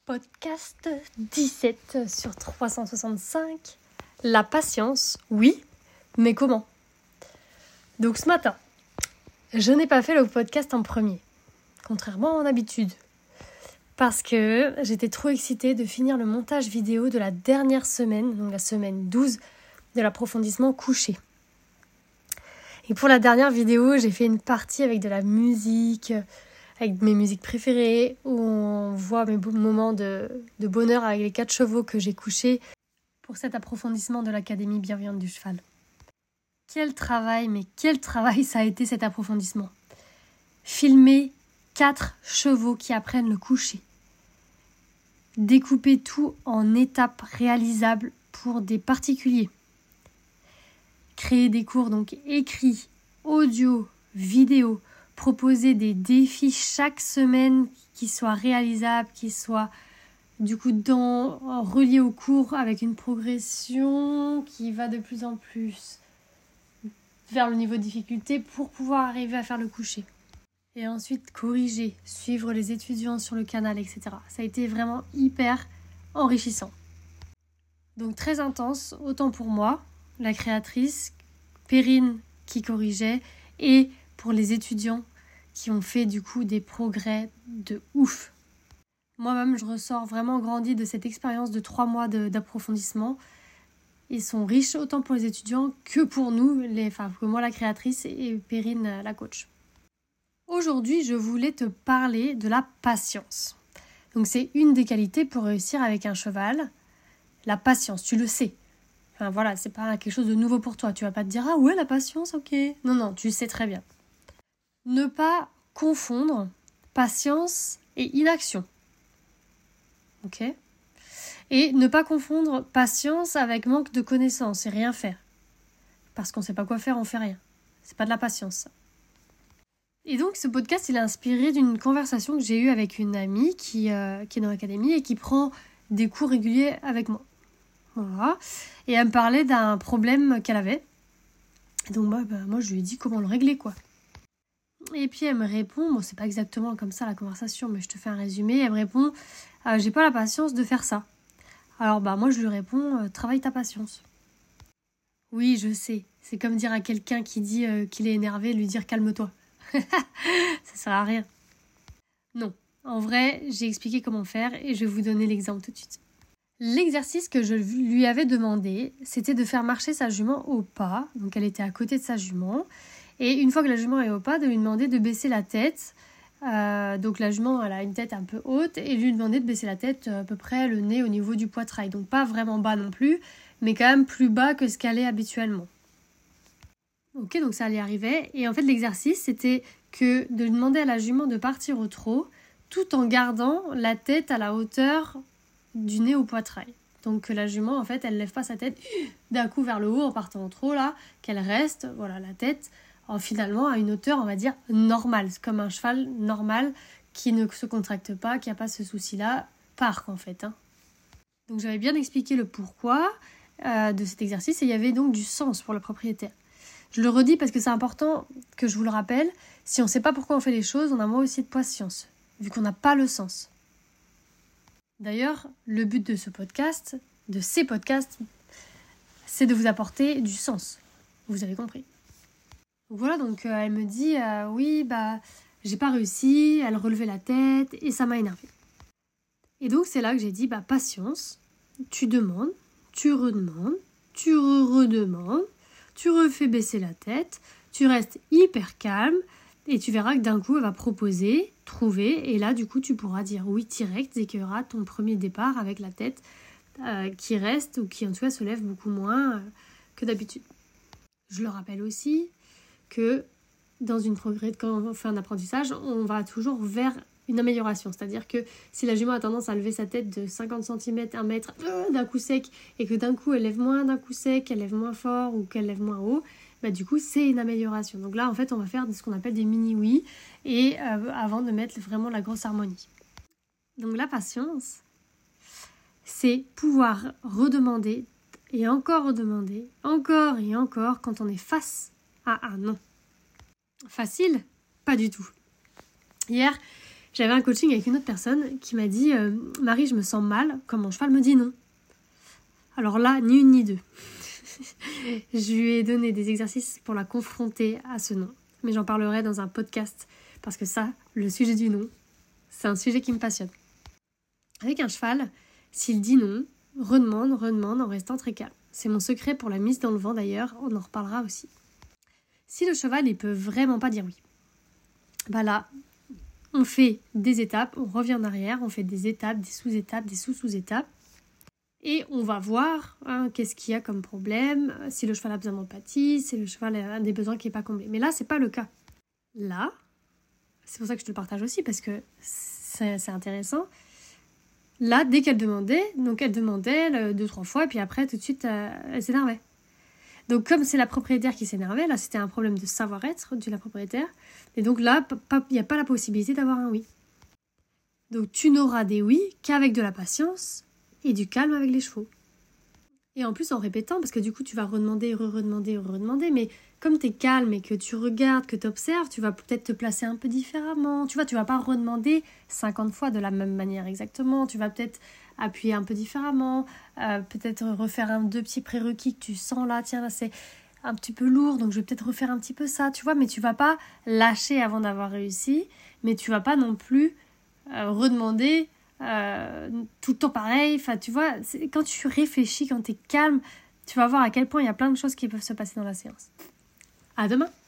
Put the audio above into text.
Podcast 17 sur 365. La patience, oui, mais comment ? Donc ce matin, je n'ai pas fait le podcast en premier, contrairement à mon habitude, parce que j'étais trop excitée de finir le montage vidéo de la dernière semaine, donc la semaine 12 de l'approfondissement couché. Et pour la dernière vidéo, j'ai fait une partie avec de la musique, avec mes musiques préférées, où on voit mes moments de bonheur avec les 4 chevaux que j'ai couchés pour cet approfondissement de l'Académie bienveillante du cheval. Quel travail ça a été cet approfondissement. Filmer 4 chevaux qui apprennent le coucher. Découper tout en étapes réalisables pour des particuliers. Créer des cours donc écrits, audio, vidéo, proposer des défis chaque semaine qui soient réalisables, qui soient du coup reliés au cours avec une progression qui va de plus en plus vers le niveau de difficulté pour pouvoir arriver à faire le coucher. Et ensuite corriger, suivre les étudiants sur le canal, etc. Ça a été vraiment hyper enrichissant. Donc très intense, autant pour moi, la créatrice, Perrine qui corrigeait, et pour les étudiants qui ont fait du coup des progrès de ouf. Moi-même, je ressors vraiment grandi de cette expérience de 3 mois d'approfondissement. Ils sont riches autant pour les étudiants que pour nous, que moi la créatrice et Perrine la coach. Aujourd'hui, je voulais te parler de la patience. Donc c'est une des qualités pour réussir avec un cheval. La patience, tu le sais. Enfin voilà, c'est pas quelque chose de nouveau pour toi. Tu vas pas te dire « Ah ouais, la patience, ok ». Non, tu sais très bien. Ne pas confondre patience et inaction. Ok ? Et ne pas confondre patience avec manque de connaissances et rien faire. Parce qu'on sait pas quoi faire, on fait rien. C'est pas de la patience, ça. Et donc, ce podcast, il est inspiré d'une conversation que j'ai eue avec une amie qui est dans l'académie et qui prend des cours réguliers avec moi. Voilà. Et elle me parlait d'un problème qu'elle avait. Et donc, moi, je lui ai dit comment le régler, quoi. Et puis, elle me répond, c'est pas exactement comme ça la conversation, mais je te fais un résumé. Elle me répond, j'ai pas la patience de faire ça. Alors, moi, je lui réponds, travaille ta patience. Oui, je sais. C'est comme dire à quelqu'un qui dit qu'il est énervé, lui dire calme-toi. Ça sert à rien. Non. En vrai, j'ai expliqué comment faire et je vais vous donner l'exemple tout de suite. L'exercice que je lui avais demandé, c'était de faire marcher sa jument au pas. Donc, elle était à côté de sa jument. Et une fois que la jument est au pas, de lui demander de baisser la tête. Donc la jument, elle a une tête un peu haute et lui demander de baisser la tête à peu près le nez au niveau du poitrail. Donc pas vraiment bas non plus, mais quand même plus bas que ce qu'elle est habituellement. Ok, donc ça allait arriver. Et en fait, l'exercice, c'était que de demander à la jument de partir au trot tout en gardant la tête à la hauteur du nez au poitrail. Donc que la jument, en fait, elle lève pas sa tête d'un coup vers le haut en partant au trot, là, qu'elle reste, voilà, la tête finalement à une hauteur, on va dire, normale. C'est comme un cheval normal qui ne se contracte pas, qui n'a pas ce souci-là, parc en fait. Donc j'avais bien expliqué le pourquoi de cet exercice et il y avait donc du sens pour le propriétaire. Je le redis parce que c'est important que je vous le rappelle, si on ne sait pas pourquoi on fait les choses, on a moins aussi de patience, vu qu'on n'a pas le sens. D'ailleurs, le but de ces podcasts, c'est de vous apporter du sens. Vous avez compris. Voilà, donc elle me dit oui, j'ai pas réussi, elle relevait la tête et ça m'a énervée. Et donc c'est là que j'ai dit patience, tu demandes, tu redemandes, tu redemandes, tu refais baisser la tête, tu restes hyper calme et tu verras que d'un coup elle va proposer, trouver et là du coup tu pourras dire oui direct dès qu'il y aura ton premier départ avec la tête qui reste ou qui en tout cas se lève beaucoup moins que d'habitude. Je le rappelle aussi que quand on fait un apprentissage, on va toujours vers une amélioration. C'est-à-dire que si la jument a tendance à lever sa tête de 50 cm, 1 mètre d'un coup sec, et que d'un coup elle lève moins d'un coup sec, elle lève moins fort ou qu'elle lève moins haut, du coup c'est une amélioration. Donc là en fait on va faire ce qu'on appelle des mini-oui et avant de mettre vraiment la grosse harmonie. Donc la patience, c'est pouvoir redemander et encore redemander, encore et encore quand on est face à un non. Facile ? Pas du tout. Hier, J'avais un coaching avec une autre personne qui m'a dit « Marie, je me sens mal quand mon cheval me dit non. » Alors là, ni une ni deux. Je lui ai donné des exercices pour la confronter à ce non. Mais j'en parlerai dans un podcast parce que ça, le sujet du non, c'est un sujet qui me passionne. Avec un cheval, s'il dit non, redemande en restant très calme. C'est mon secret pour la mise dans le vent d'ailleurs, on en reparlera aussi. Si le cheval, il peut vraiment pas dire oui, bah là, on fait des étapes, on revient en arrière, on fait des étapes, des sous-étapes, des sous-sous-étapes. Et on va voir qu'est-ce qu'il y a comme problème, si le cheval a besoin d'empathie, si le cheval a un des besoins qui n'est pas comblé. Mais là, c'est pas le cas. Là, c'est pour ça que je te le partage aussi, parce que c'est intéressant. Là, dès qu'elle demandait, donc elle demandait 2-3 fois, et puis après, tout de suite, elle s'énervait. Donc comme c'est la propriétaire qui s'énervait, là, c'était un problème de savoir-être de la propriétaire. Et donc là, il n'y a pas la possibilité d'avoir un oui. Donc tu n'auras des oui qu'avec de la patience et du calme avec les chevaux. Et en plus en répétant, parce que du coup tu vas redemander, mais comme tu es calme et que tu regardes, que tu observes, tu vas peut-être te placer un peu différemment. Tu vois, tu vas pas redemander 50 fois de la même manière exactement. Tu vas peut-être appuyer un peu différemment, peut-être refaire 2 petits prérequis que tu sens là, tiens là c'est un petit peu lourd, donc je vais peut-être refaire un petit peu ça, tu vois, mais tu vas pas lâcher avant d'avoir réussi, mais tu vas pas non plus redemander tout le temps pareil, enfin tu vois, quand tu réfléchis, quand tu es calme, tu vas voir à quel point il y a plein de choses qui peuvent se passer dans la séance. À demain.